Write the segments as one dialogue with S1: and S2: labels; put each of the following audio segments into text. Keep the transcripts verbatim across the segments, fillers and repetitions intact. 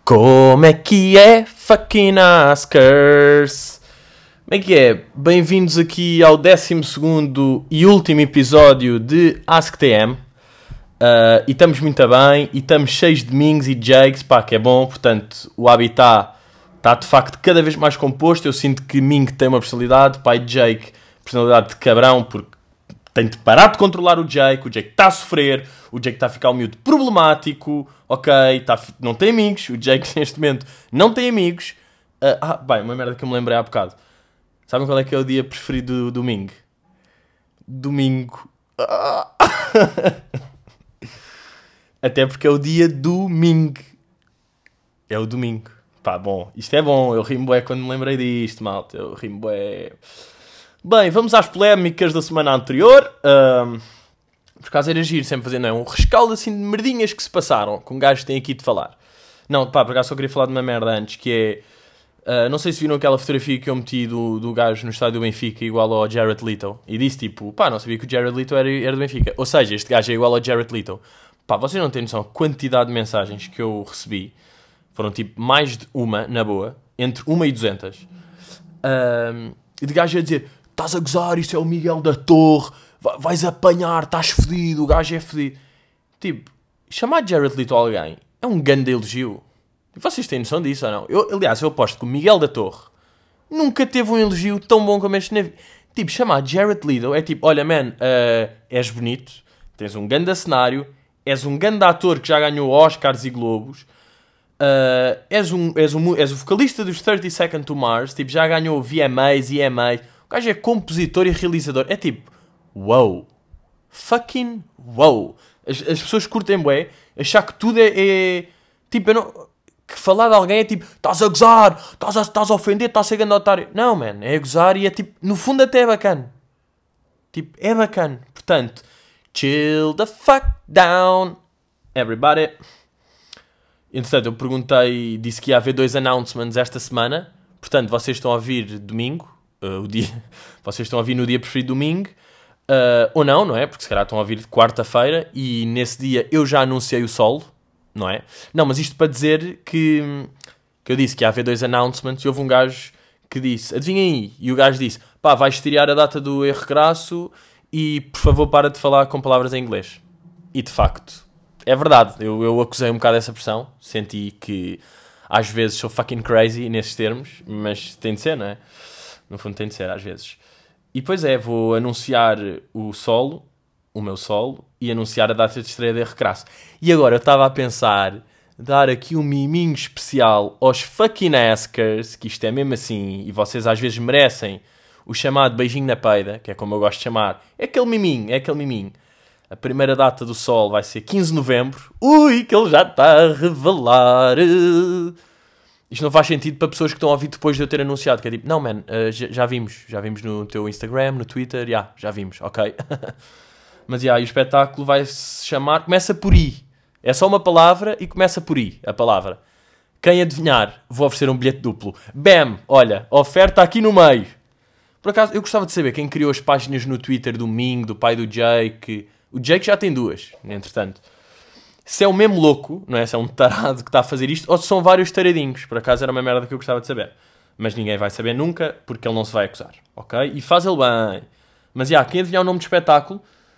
S1: Como é que é, fucking Askers? Como é que é? Bem-vindos aqui ao décimo segundo e último episódio de Ask T M. Uh, e estamos muito bem, e estamos cheios de Mings e Jakes, pá, que é bom. Portanto, o habitat está de facto cada vez mais composto. Eu sinto que Ming tem uma personalidade, pá, e Jake, personalidade de cabrão, porque tem de parar de controlar o Jake. O Jake está a sofrer, o Jake está a ficar um miúdo problemático, ok, tá, não tem amigos. O Jake neste momento não tem amigos. Uh, ah, bem, uma merda que eu me lembrei há bocado. Sabem qual é que é o dia preferido do domingo? Domingo. Ah. Até porque é o dia domingo. É o domingo. Pá, bom, isto é bom. Eu rimo bué quando me lembrei disto, malta. Eu rimo bué. Bem, vamos às polémicas da semana anterior. Um, por acaso era giro, sempre fazendo é, um rescaldo assim de merdinhas que se passaram, com um gajo que tem aqui de falar. Não, pá, por acaso só queria falar de uma merda antes, que é... Uh, não sei se viram aquela fotografia que eu meti do, do gajo no estádio do Benfica igual ao Jared Leto. E disse tipo, pá, não sabia que o Jared Leto era, era do Benfica. Ou seja, este gajo é igual ao Jared Leto. Pá, vocês não têm noção a quantidade de mensagens que eu recebi. Foram tipo mais de uma, na boa, entre uma e duzentas. Uh, e de gajo a dizer... Estás a gozar, isso é o Miguel da Torre, vais apanhar, estás fedido, o gajo é fedido. Tipo, chamar Jared Leto a alguém é um grande elogio. Vocês têm noção disso ou não? Eu, aliás, eu aposto que o Miguel da Torre nunca teve um elogio tão bom como este. Na... Tipo, chamar Jared Leto é tipo, olha man, uh, és bonito, tens um grande cenário, és um grande ator que já ganhou Oscars e Globos, uh, és, um, és, um, és o vocalista dos thirty Seconds to Mars, tipo, já ganhou V M As e E M As. O gajo é compositor e realizador. É tipo, wow. Fucking wow. As, as pessoas curtem bué. Achar que tudo é... é tipo, eu não... Que falar de alguém é tipo, estás a gozar, estás a, estás a ofender, estás a ser grande otário. Não, man. É a gozar e é tipo... No fundo até é bacana. Tipo, é bacana. Portanto, chill the fuck down. Everybody. Entretanto, eu perguntei... Disse que ia haver dois announcements esta semana. Portanto, vocês estão a ouvir domingo. Uh, o dia, vocês estão a ouvir no dia preferido domingo, uh, ou não, não é? Porque se calhar estão a ouvir de quarta-feira e nesse dia eu já anunciei o solo, não é? Não, mas isto para dizer que, que eu disse que ia haver dois announcements e houve um gajo que disse, adivinhem aí, e o gajo disse, pá, vais tirar a data do erro crasso e por favor para de falar com palavras em inglês. E de facto, é verdade, eu, eu acusei um bocado essa pressão, senti que às vezes sou fucking crazy nesses termos, mas tem de ser, não é? No fundo tem de ser, às vezes. E pois é, vou anunciar o solo, o meu solo, e anunciar a data de estreia de Recrasso. E agora eu estava a pensar, dar aqui um miminho especial aos fucking Askers, que isto é mesmo assim, e vocês às vezes merecem o chamado beijinho na peida, que é como eu gosto de chamar. É aquele miminho, é aquele miminho. A primeira data do solo vai ser quinze de novembro. Ui, que ele já está a revelar... Isto não faz sentido para pessoas que estão a ouvir depois de eu ter anunciado. Que é tipo, não, man, uh, já, já vimos. Já vimos no teu Instagram, no Twitter. Yeah, já vimos, ok. Mas, yeah, e o espetáculo vai se chamar... Começa por I. É só uma palavra e começa por I, a palavra. Quem adivinhar, vou oferecer um bilhete duplo. Bam! Olha, oferta aqui no meio. Por acaso, eu gostava de saber quem criou as páginas no Twitter do Ming, do pai do Jake. O Jake já tem duas, entretanto. Se é o mesmo louco, não é? Se é um tarado que está a fazer isto, ou se são vários taradinhos. Por acaso era uma merda que eu gostava de saber. Mas ninguém vai saber nunca, porque ele não se vai acusar. Ok? E faz ele bem. Mas, já, quem adivinhar o nome do espetáculo,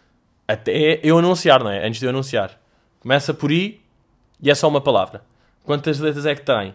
S1: até eu anunciar, não é? Antes de eu anunciar. Começa por I e é só uma palavra. Quantas letras é que tem?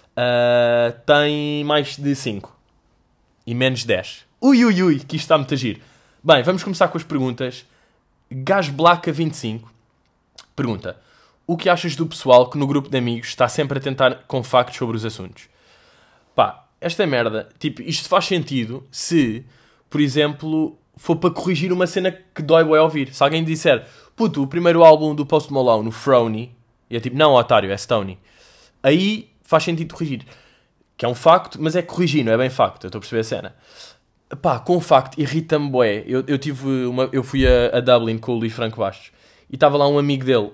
S1: Uh, tem mais de cinco. E menos de dez. Ui, ui, ui, que isto está muito a giro. Bem, vamos começar com as perguntas. Gasblaca vinte e cinco. Pergunta, o que achas do pessoal que no grupo de amigos está sempre a tentar com factos sobre os assuntos? Pá, esta merda, tipo, isto faz sentido se, por exemplo, for para corrigir uma cena que dói bué a ouvir. Se alguém disser, puto, o primeiro álbum do Post Malone, o Frony, e é tipo, não, otário, é Stoney. Aí faz sentido corrigir. Que é um facto, mas é corrigir, não é bem facto, eu estou a perceber a cena. Pá, com facto, irrita-me bué. Eu, eu tive uma, eu fui a, a Dublin com o Luís Franco Bastos. E estava lá um amigo dele.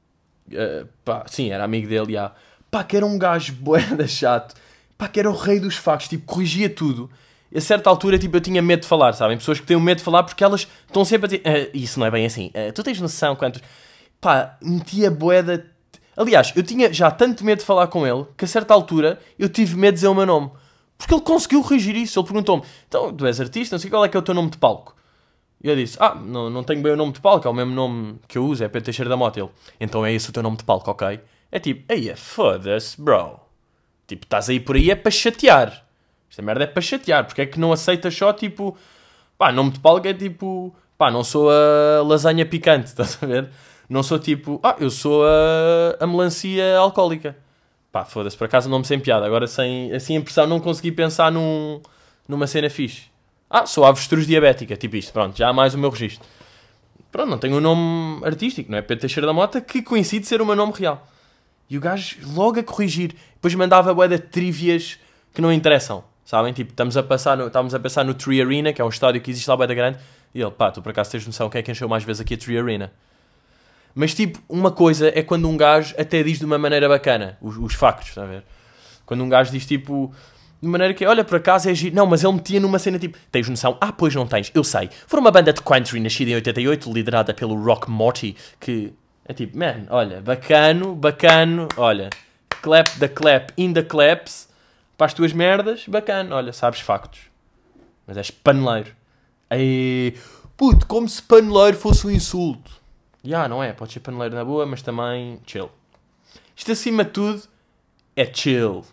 S1: Uh, pá, sim, era amigo dele, já. Pá, que era um gajo bué da chato. Pá, que era o rei dos factos. Tipo, corrigia tudo. E a certa altura, tipo, eu tinha medo de falar, sabem? Pessoas que têm medo de falar porque elas estão sempre a dizer... Uh, isso não é bem assim. Uh, tu tens noção quantos... Pá, metia bué da... Aliás, eu tinha já tanto medo de falar com ele que a certa altura eu tive medo de dizer o meu nome. Porque ele conseguiu corrigir isso. Ele perguntou-me, então, tu és artista, não sei qual é que é o teu nome de palco. E eu disse, ah, não, não tenho bem o nome de palco, é o mesmo nome que eu uso, é Pedro Teixeira da Mota. Ele, então é esse o teu nome de palco, ok? É tipo, aí foda-se, bro. Tipo, estás aí por aí é para chatear. Esta merda é para chatear. Porque é que não aceitas só, tipo... Pá, nome de palco é tipo... Pá, não sou a lasanha picante, estás a ver? Não sou tipo... Ah, eu sou a, a melancia alcoólica. Pá, foda-se, por acaso nome sem piada. Agora, sem assim, impressão, não consegui pensar num, numa cena fixe. Ah, sou a avestruz diabética. Tipo isto, pronto. Já há mais o meu registro. Pronto, não tenho um nome artístico, não é? Pedro Teixeira da Mota, que coincide ser o meu nome real. E o gajo logo a corrigir. Depois mandava bué de trivias que não interessam. Sabem? Tipo, estamos a, passar no, estamos a pensar no Tree Arena, que é um estádio que existe lá bué da grande. E ele, pá, tu por acaso tens noção quem é que encheu mais vezes aqui a Tree Arena? Mas tipo, uma coisa é quando um gajo até diz de uma maneira bacana. Os, os factos, está a ver? Quando um gajo diz tipo... De maneira que, olha, por acaso é giro. Não, mas ele metia numa cena tipo... Tens noção? Ah, pois não tens. Eu sei. Foi uma banda de country nascida em oitenta e oito, liderada pelo Rock Morty, que... É tipo, man, olha, bacano, bacano, olha... Clap da clap in the claps. Para as tuas merdas, bacano. Olha, sabes factos. Mas és paneleiro. Aí... Puto, como se paneleiro fosse um insulto. Já, yeah, não é? Pode ser paneleiro na boa, mas também chill. Isto acima de tudo é chill.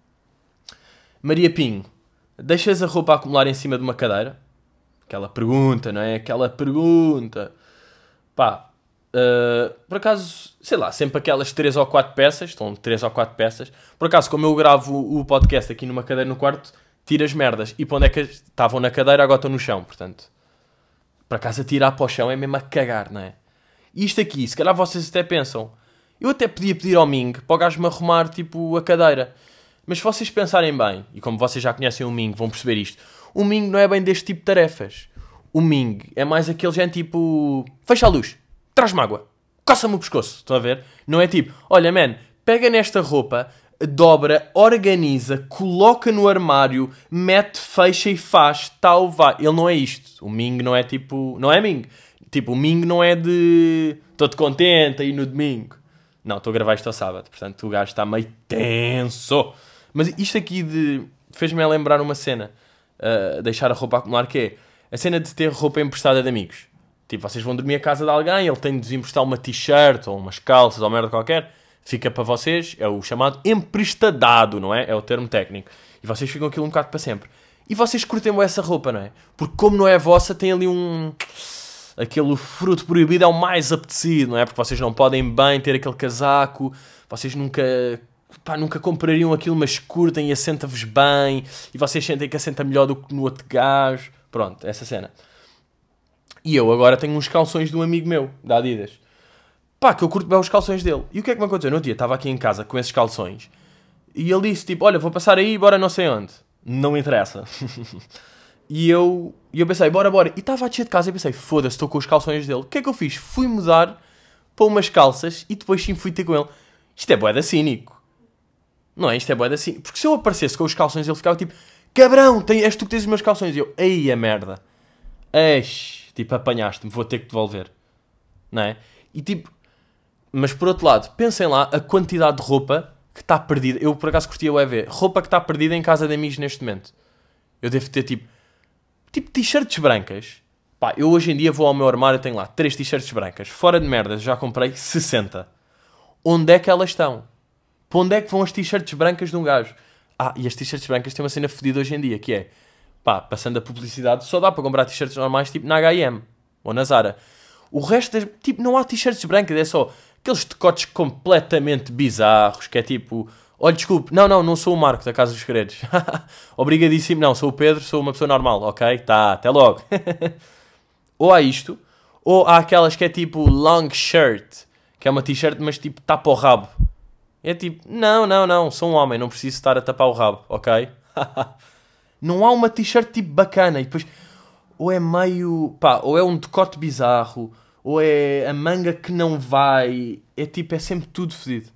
S1: Maria Pinho, deixas a roupa acumular em cima de uma cadeira? Aquela pergunta, não é? Aquela pergunta. Pá, uh, por acaso, sei lá, sempre aquelas três ou quatro peças, estão três ou quatro peças. Por acaso, como eu gravo o podcast aqui numa cadeira no quarto, tiro as merdas. E para onde é que estavam na cadeira, agora estão no chão, portanto. Por acaso, atirar para o chão é mesmo a cagar, não é? E isto aqui, se calhar vocês até pensam, eu até podia pedir ao Ming para o gajo me arrumar, tipo, a cadeira. Mas se vocês pensarem bem, e como vocês já conhecem o Ming, vão perceber isto, o Ming não é bem deste tipo de tarefas. O Ming é mais aquele género tipo, fecha a luz, traz-me água, coça-me o pescoço, estão a ver? Não é tipo, olha man, pega nesta roupa, dobra, organiza, coloca no armário, mete, fecha e faz, tal, vai. Ele não é isto. O Ming não é tipo, não é Ming. Tipo, o Ming não é de, estou-te contente aí no domingo. Não, estou a gravar isto ao sábado, portanto o gajo está meio tenso. Mas isto aqui de... fez-me lembrar uma cena. Uh, deixar a roupa acumular, que é a cena de ter roupa emprestada de amigos. Tipo, vocês vão dormir à casa de alguém, ele tem de desemprestar uma t-shirt ou umas calças ou merda qualquer. Fica para vocês, é o chamado emprestadado, não é? É o termo técnico. E vocês ficam aquilo um bocado para sempre. E vocês curtem essa roupa, não é? Porque como não é vossa, tem ali um... aquele fruto proibido é o mais apetecido, não é? Porque vocês não podem bem ter aquele casaco, vocês nunca... Pá, nunca comprariam aquilo, mas curtem e assenta-vos bem, e vocês sentem que assenta melhor do que no outro gajo. Pronto, essa cena. E eu agora tenho uns calções de um amigo meu, da Adidas. Pá, que eu curto bem os calções dele. E o que é que me aconteceu? No dia estava aqui em casa com esses calções, e ele disse tipo, olha, vou passar aí, bora não sei onde. Não me interessa. E eu, e eu pensei, bora, bora. E estava a descer de casa e pensei, foda-se, estou com os calções dele. O que é que eu fiz? Fui mudar para umas calças e depois sim fui ter com ele. Isto é bué da cínico. Não é? Isto é bué da cínico. Porque se eu aparecesse com os calções, ele ficava tipo, cabrão, tem, és tu que tens os meus calções. E eu, ei a merda. Eish, tipo, apanhaste-me, vou ter que devolver. Não é? E tipo, mas por outro lado, pensem lá a quantidade de roupa que está perdida. Eu por acaso curtia o E V. Roupa que está perdida em casa de amigos neste momento. Eu devo ter tipo, tipo t-shirts brancas. Pá, eu hoje em dia vou ao meu armário e tenho lá três t-shirts brancas. Fora de merdas, já comprei sessenta. Onde é que elas estão? Para onde é que vão as t-shirts brancas de um gajo? Ah, e as t-shirts brancas têm uma cena fodida hoje em dia, que é, pá, passando a publicidade, só dá para comprar t-shirts normais, tipo na H e M ou na Zara. O resto, das, tipo, não há t-shirts brancas, é só aqueles decotes completamente bizarros, que é tipo, olha, desculpe, não, não, não sou o Marco da Casa dos Segredos. Obrigadíssimo, não, sou o Pedro, sou uma pessoa normal, ok? Tá, até logo. Ou há isto, ou há aquelas que é tipo long shirt, que é uma t-shirt, mas tipo tapa o rabo. É tipo, não, não, não, sou um homem, não preciso estar a tapar o rabo, ok? Não há uma t-shirt tipo bacana, e depois, ou é meio, pá, ou é um decote bizarro, ou é a manga que não vai, é tipo, é sempre tudo fedido.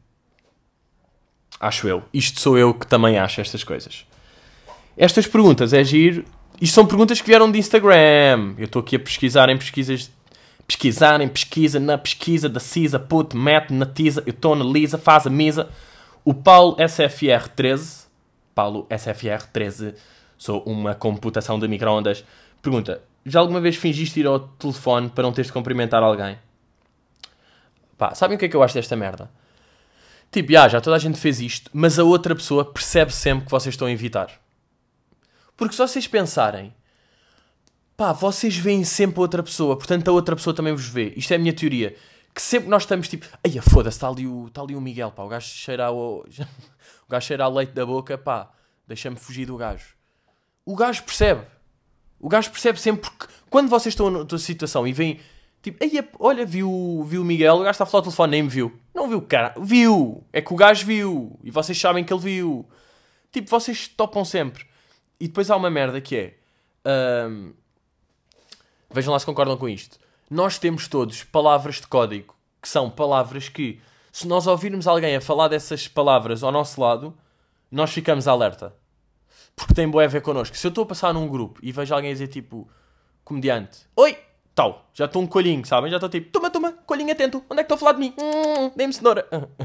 S1: Acho eu. Isto sou eu que também acho estas coisas. Estas perguntas é giro, isto são perguntas que vieram de Instagram. Eu estou aqui a pesquisar em pesquisas, pesquisarem, pesquisa na pesquisa da CISA, puto, mete na TISA, eu estou na Lisa, faz a misa. O Paulo S F R treze, Paulo S F R treze, sou uma computação de micro-ondas, pergunta, já alguma vez fingiste ir ao telefone para não teres de cumprimentar alguém? Pá, sabem o que é que eu acho desta merda? Tipo, já, já toda a gente fez isto, mas a outra pessoa percebe sempre que vocês estão a evitar. Porque se vocês pensarem, pá, vocês veem sempre a outra pessoa, portanto a outra pessoa também vos vê. Isto é a minha teoria. Que sempre nós estamos tipo, ai, foda-se, está ali, o, está ali o Miguel, pá, o gajo cheira ao, o gajo cheira ao leite da boca, pá, deixa-me fugir do gajo. O gajo percebe. O gajo percebe sempre porque quando vocês estão numa situação e veem, tipo, ai, olha, viu, viu o Miguel, o gajo está a falar ao telefone, nem me viu. Não viu, cara, viu. É que o gajo viu. E vocês sabem que ele viu. Tipo, vocês topam sempre. E depois há uma merda que é... Hum, vejam lá se concordam com isto. Nós temos todos palavras de código, que são palavras que, se nós ouvirmos alguém a falar dessas palavras ao nosso lado, nós ficamos alerta. Porque tem bué a ver connosco. Se eu estou a passar num grupo e vejo alguém a dizer tipo, comediante, oi, tal, já estou um colhinho, sabem? Já estou tipo, toma, toma, colhinho atento, onde é que estou a falar de mim? Hum, dê-me cenoura.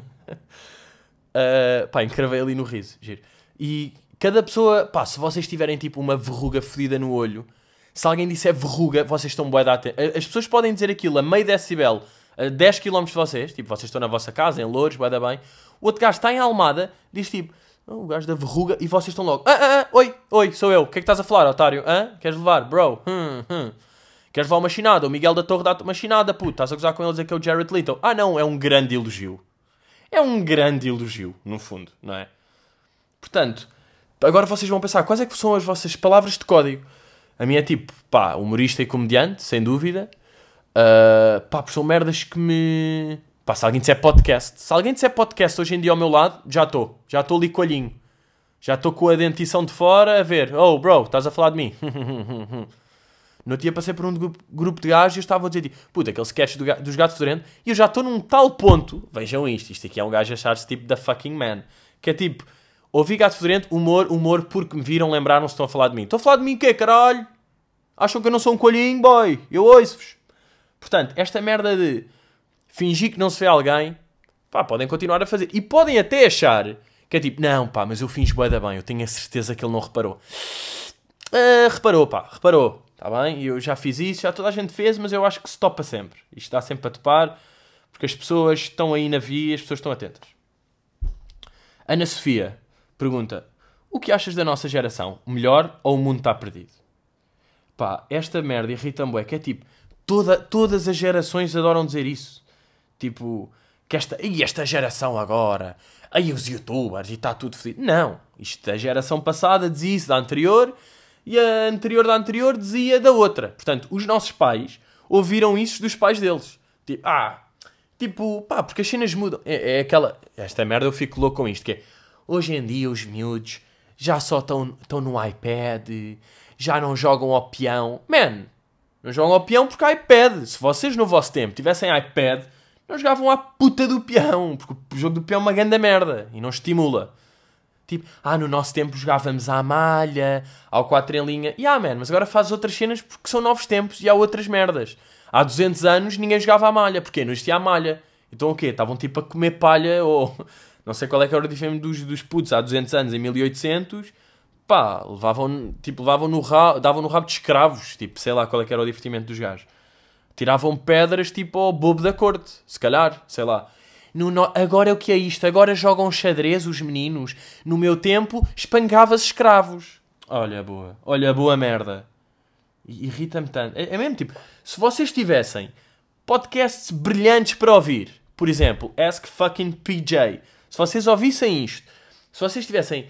S1: uh, pá, encravei ali no riso, giro. E cada pessoa, pá, se vocês tiverem tipo uma verruga fedida no olho, se alguém disser verruga, vocês estão bué da atento. As pessoas podem dizer aquilo a meio decibel, a dez quilómetros de vocês, tipo, vocês estão na vossa casa, em Louros, bué da bem. O outro gajo está em Almada, diz tipo, oh, o gajo da verruga, e vocês estão logo, ah, ah, ah, oi, oi, sou eu, o que é que estás a falar, otário? Hã? Queres levar, bro? Hum, hum. Queres levar uma chinada? O Miguel da Torre dá-te uma chinada, puto, estás a gozar com ele dizer que é o Jared Leto. Ah não, é um grande elogio. É um grande elogio, no fundo, não é? Portanto, agora vocês vão pensar, quais é que são as vossas palavras de código? A minha é tipo, pá, humorista e comediante, sem dúvida. Uh, pá, porque são merdas que me... Pá, se alguém disser podcast. Se alguém disser podcast hoje em dia ao meu lado, já estou. Já estou ali colhinho. Já estou com a dentição de fora a ver. Oh, bro, estás a falar de mim? No dia passei por um grupo, grupo de gajos e eu estava a dizer, tipo, puta, aquele sketch do, dos gatos fedorentos. E eu já estou num tal ponto... Vejam isto. Isto aqui é um gajo a achar-se tipo da fucking man. Que é tipo... Ouvi gato fedorento, humor, humor, porque me viram, lembraram-se, estão a falar de mim. Estão a falar de mim o quê, caralho? Acham que eu não sou um colhinho, boy? Eu ouço-vos. Portanto, esta merda de fingir que não se vê alguém, pá, podem continuar a fazer. E podem até achar que é tipo, não, pá, mas eu finjo bué da bem, eu tenho a certeza que ele não reparou. Uh, reparou, pá, reparou. Está bem? Eu já fiz isso, já toda a gente fez, mas eu acho que se topa sempre. Isto dá sempre a topar, porque as pessoas estão aí na via, as pessoas estão atentas. Ana Sofia pergunta, o que achas da nossa geração? Melhor ou o mundo está perdido? Pá, esta merda irrita-me bué, que é tipo, toda, todas as gerações adoram dizer isso. Tipo, que esta, e esta geração agora, aí os youtubers e está tudo fedido. Não, isto da geração passada dizia isso da anterior e a anterior da anterior dizia da outra. Portanto, os nossos pais ouviram isso dos pais deles. Tipo, ah, tipo, pá, porque as cenas mudam. É, é aquela, esta merda eu fico louco com isto, que é, hoje em dia os miúdos já só estão no iPad, já não jogam ao peão. Man, não jogam ao peão porque há iPad. Se vocês no vosso tempo tivessem iPad, não jogavam à puta do peão, porque o jogo do peão é uma grande merda e não estimula. Tipo, ah, no nosso tempo jogávamos à malha, ao quatro em linha. E ah, man, mas agora fazes outras cenas porque são novos tempos e há outras merdas. Há duzentos anos ninguém jogava à malha. Porquê? Não existia a malha. Então o quê? Estavam tipo a comer palha ou... Não sei qual é que era o diferente dos, dos putos há duzentos anos, em mil e oitocentos. Pá, levavam, tipo, levavam no rabo, davam no rabo de escravos. Tipo, sei lá qual é que era o divertimento dos gajos. Tiravam pedras tipo ao bobo da corte. Se calhar, sei lá. No, no, agora é o que é isto? Agora jogam xadrez os meninos. No meu tempo, espancava-se escravos. Olha boa. Olha boa merda. Irrita-me tanto. É, é mesmo tipo, se vocês tivessem podcasts brilhantes para ouvir, por exemplo, Ask Fucking P J, se vocês ouvissem isto, se vocês tivessem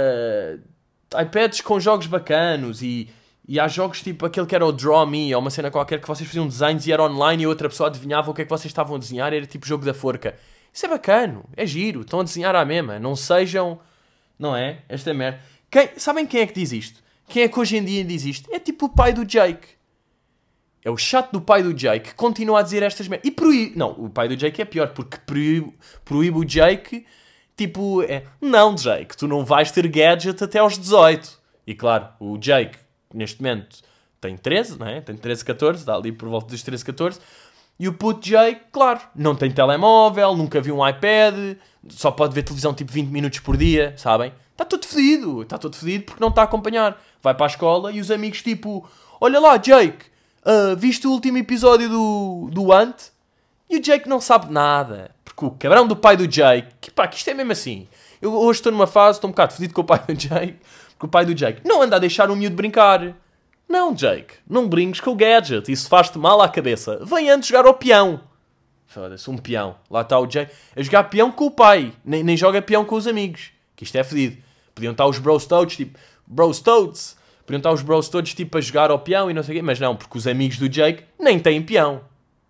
S1: uh, iPads com jogos bacanos e, e há jogos tipo aquele que era o Draw Me, ou uma cena qualquer que vocês faziam desenhos e era online e outra pessoa adivinhava o que é que vocês estavam a desenhar, era tipo jogo da forca. Isso é bacano, é giro, estão a desenhar à mesma, não sejam, não é? Esta merda. Quem, sabem quem é que diz isto? Quem é que hoje em dia diz isto? É tipo o pai do Jake. É o chato do pai do Jake que continua a dizer estas merdas. E proíbe... Não, o pai do Jake é pior, porque proíbe, proíbe o Jake, tipo, é... Não, Jake, tu não vais ter gadget até aos dezoito. E claro, o Jake, neste momento, tem treze, não é? Tem treze, catorze, dá ali por volta dos treze, catorze. E o puto Jake, claro, não tem telemóvel, nunca viu um iPad, só pode ver televisão tipo vinte minutos por dia, sabem? Está todo fedido, está todo fedido porque não está a acompanhar. Vai para a escola e os amigos tipo, olha lá Jake, uh, viste o último episódio do, do Ant? E o Jake não sabe nada, porque o cabrão do pai do Jake, que pá, que isto é mesmo assim. Eu hoje estou numa fase, estou um bocado fedido com o pai do Jake, porque o pai do Jake não anda a deixar o miúdo brincar. Não, Jake, não brinques com o gadget, isso faz-te mal à cabeça. Vem antes jogar ao peão. Foda-se, um peão. Lá está o Jake a jogar peão com o pai, nem, nem joga peão com os amigos, que isto é fedido. Podiam estar os bros todos, tipo, bros toads. Podiam estar os bros todos, tipo, a jogar ao peão e não sei o quê. Mas não, porque os amigos do Jake nem têm peão.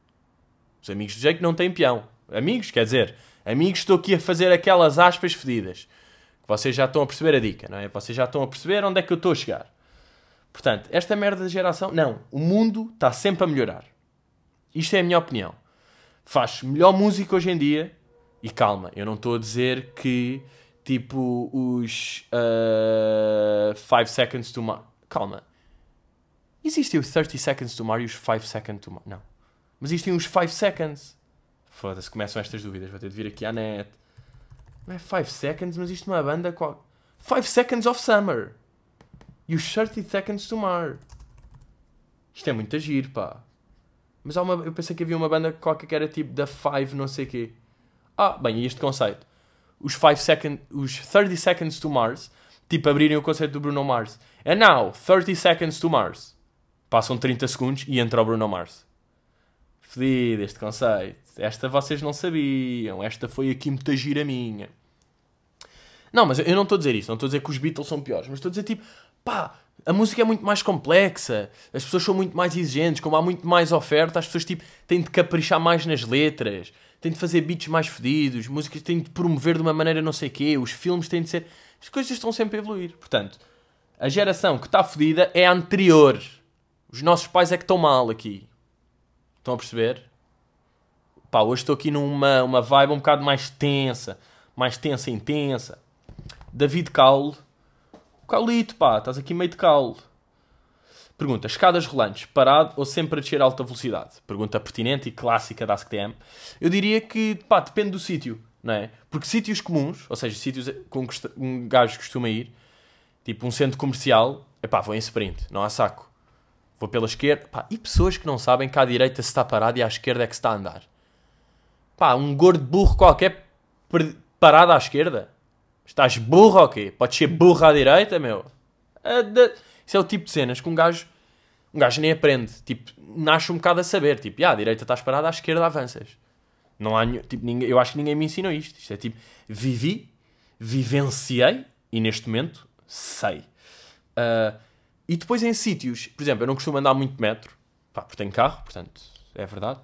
S1: Os amigos do Jake não têm peão. Amigos, quer dizer, amigos, estou aqui a fazer aquelas aspas fedidas. Vocês já estão a perceber a dica, não é? Vocês já estão a perceber onde é que eu estou a chegar. Portanto, esta merda de geração... Não, o mundo está sempre a melhorar. Isto é a minha opinião. Faz melhor música hoje em dia. E calma, eu não estou a dizer que... Tipo, os uh, five Seconds to Mars... Calma. Existem os thirty Seconds to Mars e os five Seconds to Mars? Não. Mas existem os five Seconds. Foda-se, começam estas dúvidas. Vou ter de vir aqui à net. Não é five Seconds, mas isto é uma banda... Qual... five Seconds of Summer. E os thirty Seconds to Mars. Isto é muito agir, pá. Mas há uma... eu pensei que havia uma banda qualquer que era tipo da five não sei quê. Ah, bem, e este conceito. Os, five second, os thirty Seconds to Mars, tipo, abrirem o conceito do Bruno Mars. And now, thirty Seconds to Mars. Passam trinta segundos e entra o Bruno Mars. Fedido este conceito. Esta vocês não sabiam. Esta foi aqui muita gira minha. Não, mas eu não estou a dizer isso. Não estou a dizer que os Beatles são piores. Mas estou a dizer, tipo, pá, a música é muito mais complexa. As pessoas são muito mais exigentes. Como há muito mais oferta, as pessoas, tipo, têm de caprichar mais nas letras. Têm de fazer beats mais fedidos. Músicas têm de promover de uma maneira não sei quê. Os filmes têm de ser... As coisas estão sempre a evoluir. Portanto, a geração que está fedida é a anterior. Os nossos pais é que estão mal aqui. Estão a perceber? Pá, hoje estou aqui numa uma vibe um bocado mais tensa. Mais tensa e intensa. David Caule. Caulito, pá, estás aqui meio de caule. Pergunta, escadas rolantes, parado ou sempre a descer a alta velocidade? Pergunta pertinente e clássica da AskTM. Eu diria que, pá, depende do sítio, não é? Porque sítios comuns, ou seja, sítios com que um gajo costuma ir, tipo um centro comercial, epá, vou em sprint, não há saco. Vou pela esquerda, pá, e pessoas que não sabem que à direita se está parado e à esquerda é que se está a andar. Pá, um gordo burro qualquer parado à esquerda. Estás burro ou quê? Podes ser burro à direita, meu? Isso é o tipo de cenas que um gajo, um gajo nem aprende. Tipo, nasce um bocado a saber. Tipo, ah, à direita estás parado, à esquerda avanças. Não há, tipo, ninguém, eu acho que ninguém me ensinou isto. Isto é tipo, vivi, vivenciei e neste momento sei. Uh, e depois em sítios, por exemplo, eu não costumo andar muito de metro. Pá, porque tenho carro, portanto, é verdade.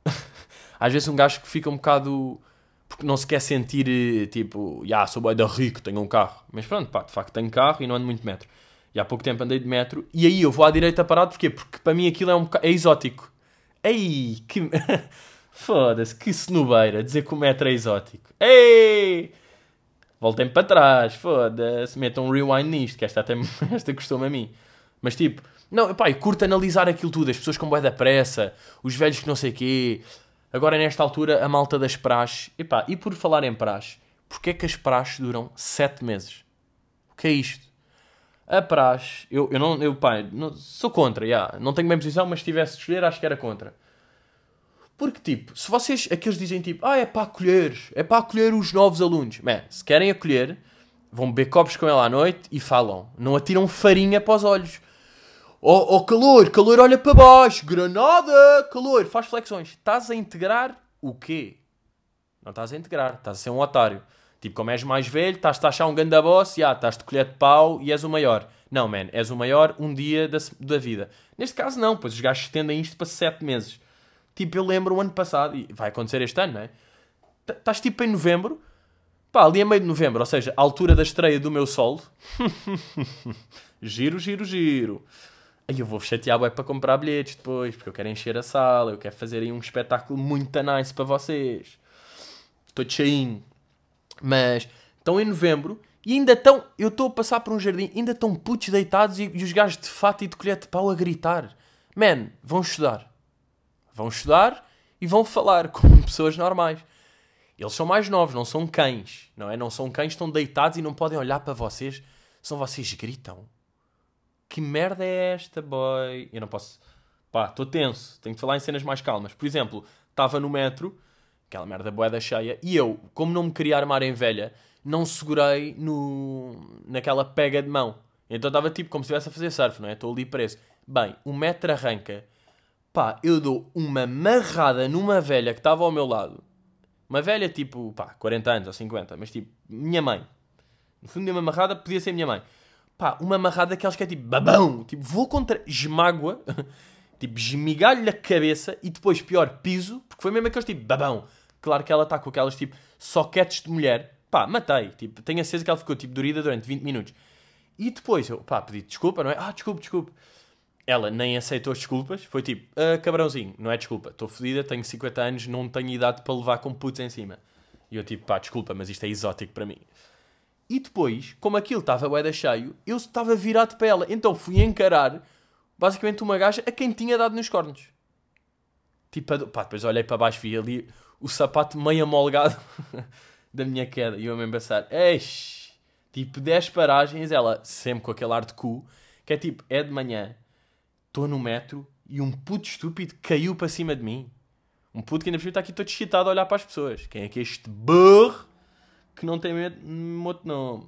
S1: Às vezes um gajo que fica um bocado... Porque não se quer sentir, tipo, já, sou bué da rico, tenho um carro. Mas pronto, pá, de facto tenho carro e não ando muito de metro. E há pouco tempo andei de metro. E aí eu vou à direita parado, porquê? Porque para mim aquilo é, um boca... é exótico. Ei, que... Foda-se, que cenobeira, dizer que o metro é exótico. Ei! Voltem para trás, foda-se. Metam um rewind nisto, que esta até esta custou-me a mim. Mas tipo, não, pá, eu curto analisar aquilo tudo. As pessoas com bué da pressa, os velhos que não sei quê... Agora, nesta altura, a malta das praxes... Epá, e por falar em praxe, porquê é que as praxes duram sete meses? O que é isto? A praxe... Eu, eu não... Eu, pá, não, sou contra, já. Não tenho bem posição, mas se tivesse de escolher, acho que era contra. Porque, tipo, se vocês... Aqueles dizem, tipo... Ah, é para acolher. É para acolher os novos alunos. Man, se querem acolher, vão beber copos com ela à noite e falam. Não atiram farinha para os olhos. Oh, oh, calor, calor, olha para baixo. Granada, calor, faz flexões. Estás a integrar o quê? Não estás a integrar, estás a ser um otário. Tipo, como és mais velho, estás-te a achar um ganda boss, e ah, estás-te colher de pau e és o maior. Não, man, és o maior um dia da, da vida. Neste caso não, pois os gajos estendem isto para sete meses. Tipo, eu lembro o ano passado, e vai acontecer este ano, não é? Estás tipo em novembro, pá, ali a meio de novembro, ou seja, a altura da estreia do meu solo. Giro, giro, giro. Aí eu vou chatear bué para comprar bilhetes depois, porque eu quero encher a sala, eu quero fazer aí um espetáculo muito nice para vocês. Estou cheinho. Mas estão em novembro E ainda estão, eu estou a passar por um jardim, ainda estão putos deitados e, e os gajos de fato e de colher de pau a gritar. Man, vão estudar. Vão estudar e vão falar como pessoas normais. Eles são mais novos, não são cães, não é? Não são cães, estão deitados e não podem olhar para vocês, senão vocês gritam. Que merda é esta, boy? Eu não posso... Pá, estou tenso, tenho que falar em cenas mais calmas. Por exemplo, estava no metro, aquela merda boeda cheia, e eu, como não me queria armar em velha, não segurei no... naquela pega de mão. Então estava tipo como se estivesse a fazer surf, não é? Estou ali preso. Bem, o metro arranca. Pá, eu dou uma marrada numa velha que estava ao meu lado. Uma velha tipo, pá, quarenta anos ou cinquenta, mas tipo, minha mãe. No fundo de uma amarrada, podia ser minha mãe. Pá, uma amarrada daquelas que é tipo, babão. Tipo, vou contra, esmágoa, tipo, esmigalho-lhe a cabeça e depois, pior, piso, porque foi mesmo aqueles tipo, babão. Claro que ela está com aquelas tipo, soquetes de mulher. Pá, matei. Tipo, tenho a certeza que ela ficou tipo, dorida durante vinte minutos. E depois, eu, pá, pedi desculpa, não é? Ah, desculpe, desculpe. Ela nem aceitou as desculpas. Foi tipo, ah, cabrãozinho, não é desculpa. Estou fodida, tenho cinquenta anos, não tenho idade para levar com putos em cima. E eu tipo, pá, desculpa, mas isto é exótico para mim. E depois, como aquilo estava bué da cheio, eu estava virado para ela. Então fui encarar, basicamente, uma gaja a quem tinha dado nos cornos. Tipo, a... pá, depois olhei para baixo, vi ali o sapato meio amolgado da minha queda. E eu mesmo pensar, eixe, tipo, dez paragens, ela sempre com aquele ar de cu, que é tipo, é de manhã, estou no metro e um puto estúpido caiu para cima de mim. Um puto que ainda por cima está aqui todo excitado a olhar para as pessoas. Quem é que é este burro que não tem medo? Outro nome.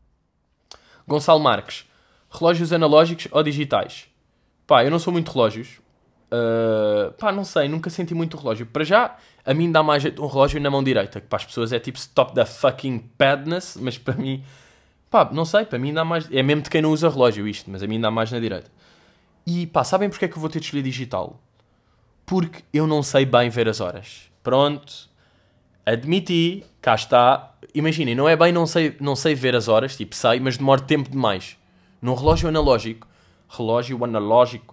S1: Gonçalo Marques. Relógios analógicos ou digitais? Pá, eu não sou muito relógios. Uh, pá, não sei, nunca senti muito relógio. Para já, a mim dá mais jeito um relógio na mão direita, que para as pessoas é tipo stop da fucking badness, mas para mim, pá, não sei, para mim dá mais. É mesmo de quem não usa relógio isto, mas a mim dá mais na direita. E pá, sabem porque é que eu vou ter de escolher digital? Porque eu não sei bem ver as horas. Pronto, admiti, cá está. Imaginem, não é bem não sei, não sei ver as horas, tipo sei, mas demora tempo demais. Num relógio analógico, relógio analógico,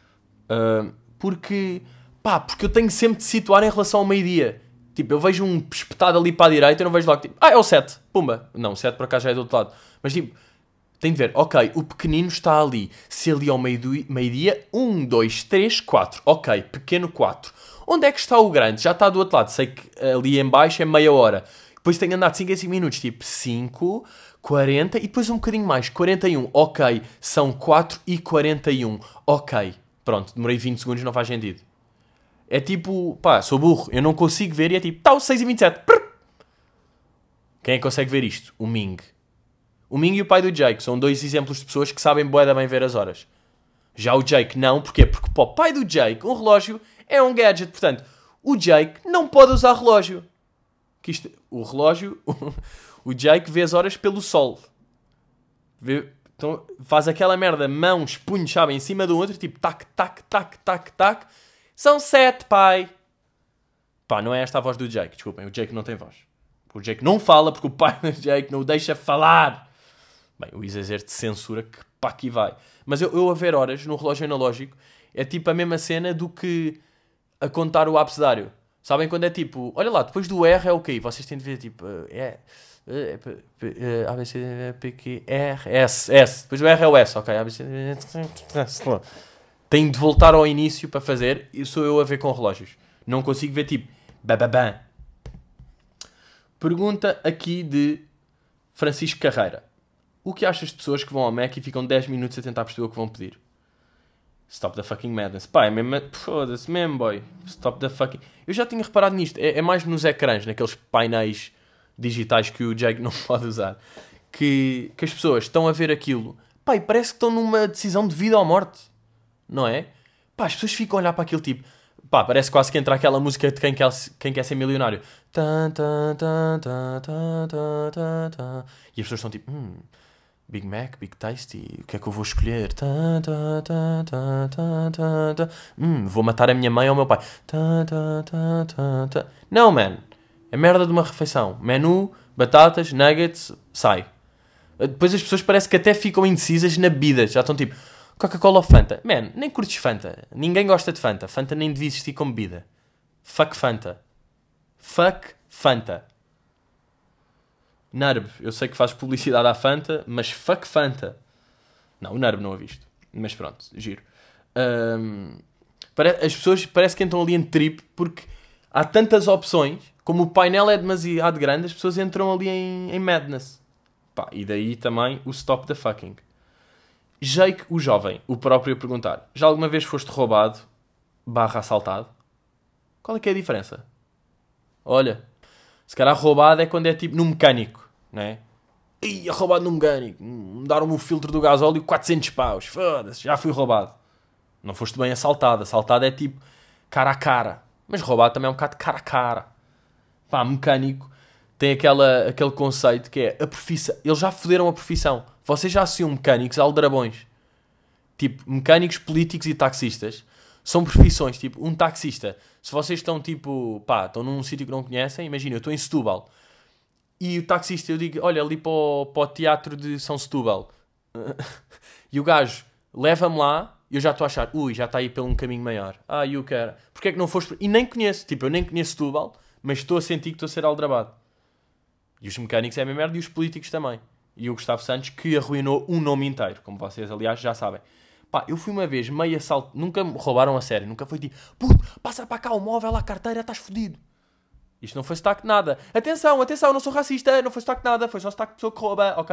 S1: uh, porque, pá, porque eu tenho sempre de situar em relação ao meio-dia. Tipo, eu vejo um espetado ali para a direita e não vejo logo, tipo, ah, é o sete, pumba. Não, o sete por acaso já é do outro lado. Mas tipo, tenho de ver, ok, o pequenino está ali. Se ali ao meio-dia, um, dois, três, quatro. Ok, pequeno quatro. Onde é que está o grande? Já está do outro lado. Sei que ali em baixo é meia hora. Depois tenho andado cinco em cinco minutos. Tipo, cinco, quarenta e depois um bocadinho mais. quarenta e um. Ok, são quatro e quarenta e um. Ok, pronto, demorei vinte segundos, não faz sentido. É tipo, pá, sou burro. Eu não consigo ver e é tipo, tá, o seis e vinte e sete. Quem é que consegue ver isto? O Ming. O Ming e o pai do Jake são dois exemplos de pessoas que sabem bué da bem ver as horas. Já o Jake não, porquê? Porque para o pai do Jake, um relógio é um gadget. Portanto, o Jake não pode usar relógio. Que isto, o relógio, o Jake vê as horas pelo sol. Vê, então faz aquela merda, mãos, punhos, sabe, em cima do outro, tipo tac, tac, tac, tac, tac. São sete, pai. Pá, não é esta a voz do Jake, desculpem, o Jake não tem voz. O Jake não fala porque o pai do Jake não o deixa falar. Bem, o exagero de censura que pá aqui vai. Mas eu, eu a ver horas no relógio analógico é tipo a mesma cena do que a contar o abecedário. Sabem quando é tipo, olha lá, depois do R é o quê? Vocês têm de ver tipo, é, é, A, B, C, P, Q, R, S, S. Depois do R é o S, ok? A, B, C, tenho de voltar ao início para fazer. E sou eu a ver com relógios. Não consigo ver tipo, bababam. Pergunta aqui de Francisco Carreira. O que achas de pessoas que vão ao Mac e ficam dez minutos a tentar perceber o que vão pedir? Stop the fucking madness. Pá, é mesmo... Foda-se mesmo, boy. Stop the fucking... Eu já tinha reparado nisto. É, é mais nos ecrãs, naqueles painéis digitais que o Jake não pode usar. Que, que as pessoas estão a ver aquilo. Pá, e parece que estão numa decisão de vida ou morte. Não é? Pá, as pessoas ficam a olhar para aquilo tipo... Pá, parece quase que entra aquela música de quem quer, quem quer ser milionário. E as pessoas estão tipo... Hum... Big Mac, Big Tasty, o que é que eu vou escolher? Tá, tá, tá, tá, tá, tá, tá. Hum, vou matar a minha mãe ou o meu pai. Tá, tá, tá, tá, tá. Não, man. É merda de uma refeição. Menu, batatas, nuggets, sai. Depois as pessoas parece que até ficam indecisas na bebida. Já estão tipo, Coca-Cola ou Fanta? Man, nem curtes Fanta. Ninguém gosta de Fanta. Fanta nem devia existir como bebida. Fuck Fanta. Fuck Fanta. Nerve, eu sei que fazes publicidade à Fanta, mas fuck Fanta. Não, o Nerve não a visto. Mas pronto, giro. Um, as pessoas parece que entram ali em trip porque há tantas opções, como o painel é demasiado grande, as pessoas entram ali em, em madness. Pá, e daí também o stop the fucking. Jake, o jovem, o próprio a perguntar: já alguma vez foste roubado barra assaltado? Qual é que é a diferença? Olha, se calhar roubado é quando é tipo no mecânico, não é? Ih, roubado no mecânico. Mudaram-me o filtro do gasóleo quatrocentos paus. Foda-se, já fui roubado. Não foste bem assaltado. Assaltado é tipo cara a cara. Mas roubado também é um bocado cara a cara. Pá, mecânico tem aquela, aquele conceito que é a profissão. Eles já foderam a profissão. Vocês já associam mecânicos a aldrabões. Tipo, mecânicos, políticos e taxistas são profissões. Tipo, um taxista. Se vocês estão tipo, pá, estão num sítio que não conhecem, imagina, eu estou em Setúbal. E o taxista, eu digo, olha, ali para o, para o teatro de São Setúbal. E o gajo leva-me lá e eu já estou a achar, ui, já está aí pelo um caminho maior. Ah, e o cara, porque é que não foste... E nem conheço, tipo, eu nem conheço Setúbal, mas estou a sentir que estou a ser aldrabado. E os mecânicos é a mesma merda e os políticos também. E o Gustavo Santos, que arruinou um nome inteiro, como vocês, aliás, já sabem. Pá, eu fui uma vez meio assalto, nunca me roubaram a sério, nunca foi tipo, puto, passa para cá o móvel, a carteira, estás fodido. Isto não foi sotaque de nada. Atenção, atenção, não sou racista, não foi sotaque de nada, foi só sotaque de pessoa que rouba, ok?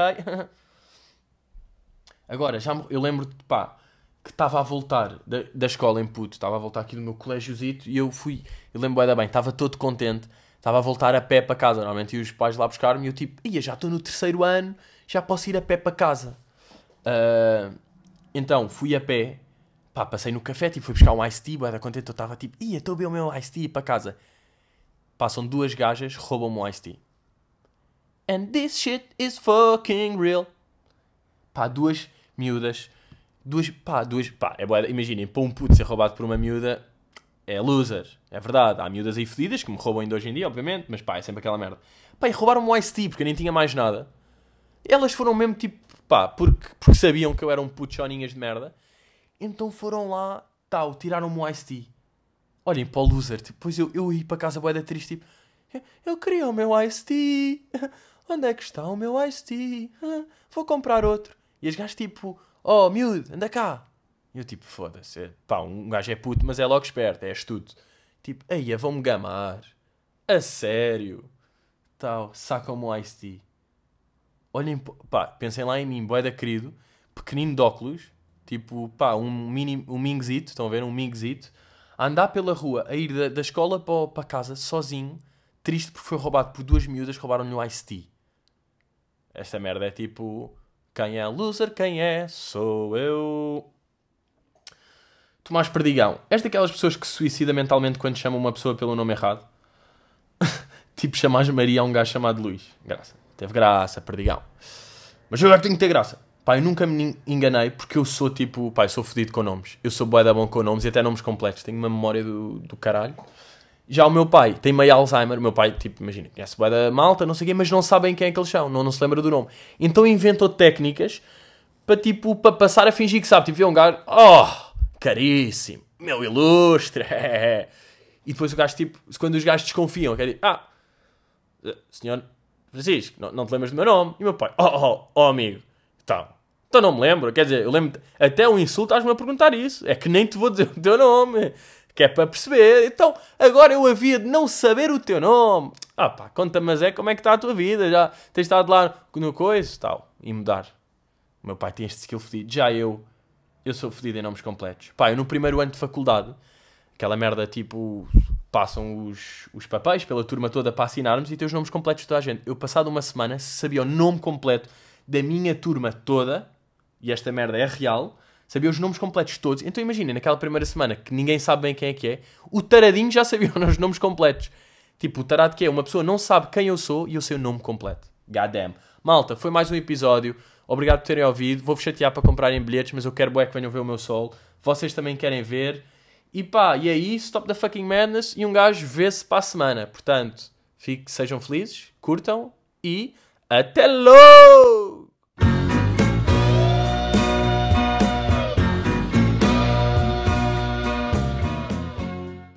S1: Agora, já me, eu lembro, pá, que estava a voltar da, da escola em puto, estava a voltar aqui do meu colégiozito e eu fui, eu lembro ainda bem, estava todo contente, estava a voltar a pé para casa, normalmente iam os pais lá buscar-me e eu tipo, ia, já estou no terceiro ano, já posso ir a pé para casa. Uh, então, fui a pé, pá, passei no café, tipo, fui buscar um iced tea, era contente, eu estava tipo, ia, estou a beber o meu iced tea para casa. Passam duas gajas, roubam-me um iced tea. And this shit is fucking real. Pá, duas miúdas. Duas, pá, duas, pá, é boa, imaginem, para um puto ser roubado por uma miúda é loser. É verdade, há miúdas aí fedidas que me roubam ainda hoje em dia, obviamente, mas pá, é sempre aquela merda. Pá, e roubaram-me um iced tea porque eu nem tinha mais nada. Elas foram mesmo tipo, pá, porque, porque sabiam que eu era um puto choninhas de merda. Então foram lá, tal, tiraram-me um iced tea. Olhem para o loser, tipo, depois eu, eu ia para casa bué da triste, tipo, eu, eu queria o meu iced tea, onde é que está o meu iced tea? Vou comprar outro. E as gajas tipo, oh miúdo, anda cá. E eu tipo, foda-se, pá, um gajo é puto, mas é logo esperto, é astuto. Tipo, eia, vão-me gamar, a sério, tal, sacam-me o iced tea. Olhem, pá, pensem lá em mim, bué da querido, pequenino de óculos, tipo, pá, um mini, um mingzito, estão a ver, um mingzito, a andar pela rua, a ir da, da escola para, para casa, sozinho, triste porque foi roubado por duas miúdas que roubaram-lhe o iced tea. Esta merda é tipo, quem é loser, quem é, sou eu. Tomás Perdigão. És daquelas pessoas que se suicida mentalmente quando chamam uma pessoa pelo nome errado? Tipo, chamas Maria a um gajo chamado Luís. Graça. Teve graça, Perdigão. Mas eu agora tenho que ter graça. Pá, eu nunca me enganei porque eu sou tipo... Pá, eu sou fodido com nomes. Eu sou bué da bom com nomes e até nomes completos. Tenho uma memória do, do caralho. Já o meu pai tem meio Alzheimer. O meu pai, tipo, imagina, conhece bué da malta, não sei o quê, mas não sabem quem é que eles são. Não, não se lembra do nome. Então inventou técnicas para, tipo, para passar a fingir que sabe. Tipo, vê um gajo... Oh, caríssimo. Meu ilustre. E depois o gajo, tipo... Quando os gajos desconfiam, quer dizer... Ah, senhor Francisco, não, não te lembras do meu nome? E o meu pai... Oh, oh, oh, amigo. Então... Então não me lembro, quer dizer, eu lembro até um insulto estás-me a perguntar isso. É que nem te vou dizer o teu nome, que é para perceber. Então, agora eu havia de não saber o teu nome. Ah pá, conta-me, mas é como é que está a tua vida? Já tens estado lá no coisa tal. E mudar. O meu pai tem este skill fedido. Já eu, eu sou fedido em nomes completos. Pá, eu no primeiro ano de faculdade, aquela merda tipo, passam os, os papéis pela turma toda para assinarmos e tem os nomes completos de toda a gente. Eu passado uma semana sabia o nome completo da minha turma toda. E esta merda é real, sabia os nomes completos todos. Então imaginem, naquela primeira semana que ninguém sabe bem quem é que é, o taradinho já sabia os nomes completos. Tipo, o tarado que é, uma pessoa não sabe quem eu sou e eu sei o nome completo. God damn. Malta, foi mais um episódio. Obrigado por terem ouvido. Vou-vos chatear para comprarem bilhetes, mas eu quero bué que venham ver o meu sol. Vocês também querem ver. E pá, e é isso. Stop the fucking madness. E um gajo vê-se para a semana. Portanto, fique, sejam felizes, curtam e até logo!